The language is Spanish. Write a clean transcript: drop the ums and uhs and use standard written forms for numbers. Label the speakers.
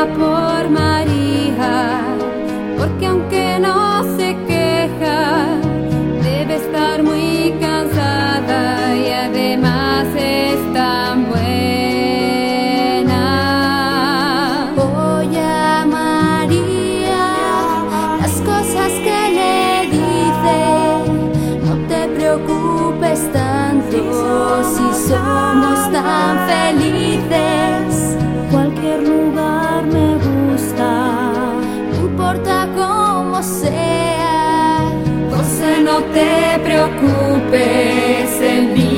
Speaker 1: por María, porque aunque no se queja, debe estar muy cansada y además es tan buena. Oye a María, las cosas que le dice, no te preocupes tanto si somos tan felices. Cualquier lugar me gusta, no importa cómo sea. José, no te preocupes, el día